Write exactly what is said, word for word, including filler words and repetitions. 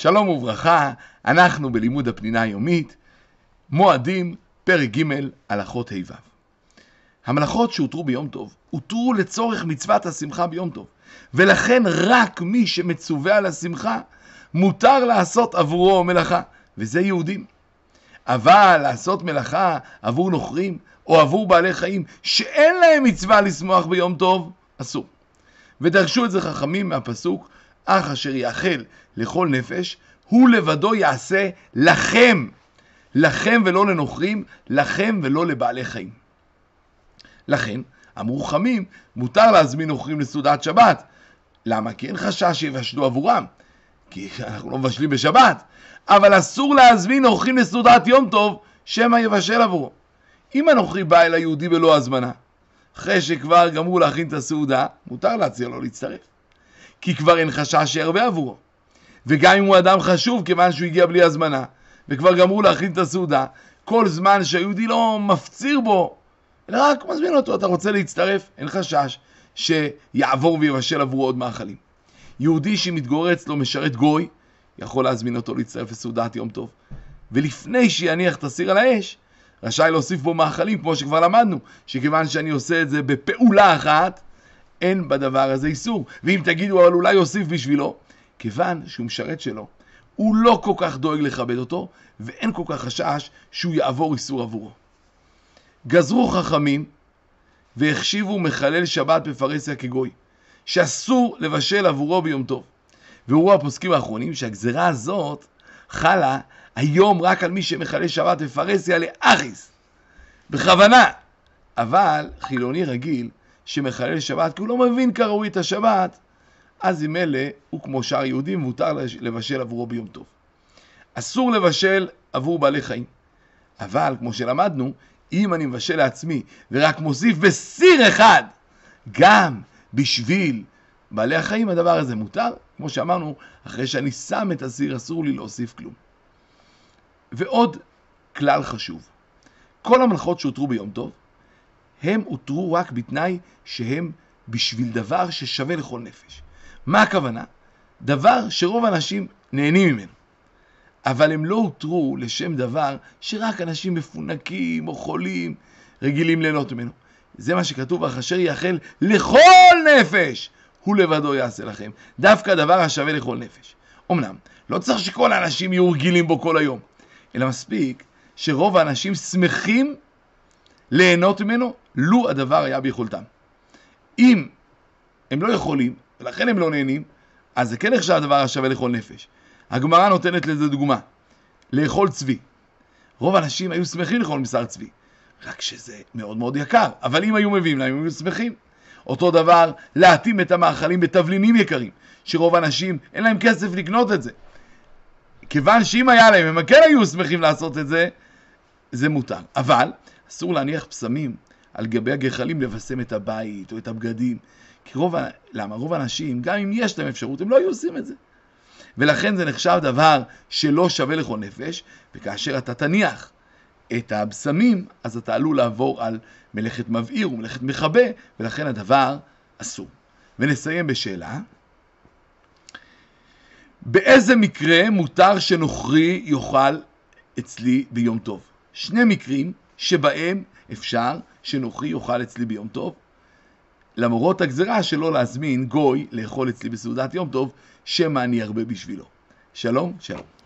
שלום וברכה, אנחנו בלימוד הפנינה היומית, מועדים, פרק ג' הלכות ה' ו'. המלאכות שהותרו ביום טוב, הותרו לצורך מצוות השמחה ביום טוב, ולכן רק מי שמצווה על השמחה, מותר לעשות עבורו מלאכה, וזה יהודים. אבל לעשות מלאכה עבור נוכרים, או עבור בעלי חיים, שאין להם מצווה לשמוח ביום טוב, אסור. ודרשו את זה חכמים מהפסוק, אך אשר יאכל לכל נפש, הוא לבדו יעשה לכם, לכם ולא לנוכרים, לכם ולא לבעלי חיים. לכן, אמרו חכמים, מותר להזמין נוכרים לסעודת שבת. למה? כי אין חשש שיבשלו עבורם, כי אנחנו לא מבשלים בשבת. אבל אסור להזמין נוכרים לסעודת יום טוב, שמא יבשל עבורו. אם הנוכרי בא אל היהודי בלא הזמנה, אחרי שכבר גמרו להכין את הסעודה, מותר להציע לו להצטרף. כי כבר אין חשש שירבה עבורו. וגם אם הוא אדם חשוב, כיוון שהוא הגיע בלי הזמנה, וכבר גמרו להכין את הסעודה, כל זמן שהיהודי לא מפציר בו, אלא רק מזמין אותו, אתה רוצה להצטרף, אין חשש שיעבור ויבשל עבורו עוד מאכלים. יהודי שמתגורר אצלו משרת גוי, יכול להזמין אותו להצטרף לסעודת יום טוב. ולפני שיניח את הסיר על האש, רשאי להוסיף בו מאכלים, כמו שכבר למדנו, שכיוון שאני עושה את זה בפעולה אחת, אין בדבר הזה איסור. ואם תגידו, אבל אולי יוסיף בשבילו, כיוון שהוא משרת שלו, הוא לא כל כך דואג לכבד אותו, ואין כל כך חשש שהוא יעבור איסור עבורו. גזרו חכמים, והחשיבו מחלל שבת בפרהסיה כגוי, שאסור לבשל עבורו ביום טוב. והוא הפוסקים האחרונים שהגזרה הזאת חלה היום רק על מי שמחלל שבת בפרהסיה לאחיס, בכוונה. אבל חילוני רגיל שמחלל שבת, כי הוא לא מבין כראוי את השבת, אז אם אלה הוא כמו שאר יהודים, מותר לבשל עבורו ביום טוב. אסור לבשל עבור בעלי חיים. אבל כמו שלמדנו, אם אני מבשל לעצמי ורק מוסיף בסיר אחד, גם בשביל בעלי החיים הדבר הזה מותר. כמו שאמרנו, אחרי שאני שם את הסיר אסור לי להוסיף כלום. ועוד כלל חשוב. כל המלאכות שהותרו ביום טוב, הם הותרו רק בתנאי שהם בשביל דבר ששווה לכל נפש. מה הכוונה? דבר שרוב האנשים נהנים ממנו. אבל הם לא הותרו לשם דבר שרק אנשים מפונקים או חולים רגילים ליהנות ממנו. זה מה שכתוב, אך אשר יאכל לכל נפש, הוא לבדו יעשה לכם. דווקא דבר השווה לכל נפש. אמנם, לא צריך שכל האנשים יהיו רגילים בו כל היום, אלא מספיק שרוב האנשים שמחים ליהנות ממנו, לו הדבר היה ביכולתם. אם הם לא יכולים, ולכן הם לא נהנים, אז זה כן נחשב הדבר השווה לכל נפש. הגמרא נותנת לזה דוגמה. לאכול צבי. רוב האנשים היו שמחים לאכול בשר צבי, רק שזה מאוד מאוד יקר. אבל אם היו מביאים להם, הם היו שמחים. אותו דבר, להתאים את המאכלים בתבלינים יקרים, שרוב האנשים אין להם כסף לקנות את זה. כיוון שאם היה להם, הם כן היו שמחים לעשות את זה, זה מותר. אבל אסור להניח פסמים על גבי הגחלים לבשם את הבית או את הבגדים. כי רוב, למה? רוב האנשים, גם אם יש להם אפשרות, הם לא היו עושים את זה. ולכן זה נחשב דבר שלא שווה לכל נפש, וכאשר אתה תניח את הבשמים, אז אתה עלול לעבור על מלאכת מבעיר ומלאכת מכבה, ולכן הדבר אסור. ונסיים בשאלה, באיזה מקרה מותר שנוכרי יאכל אצלי ביום טוב? שני מקרים שבהם אפשר שנוכרי יאכל אצלי ביום טוב, למרות הגזרה שלא להזמין גוי לאכול אצלי בסעודת יום טוב, שמא אני ארבה בשבילו. שלום, שלום.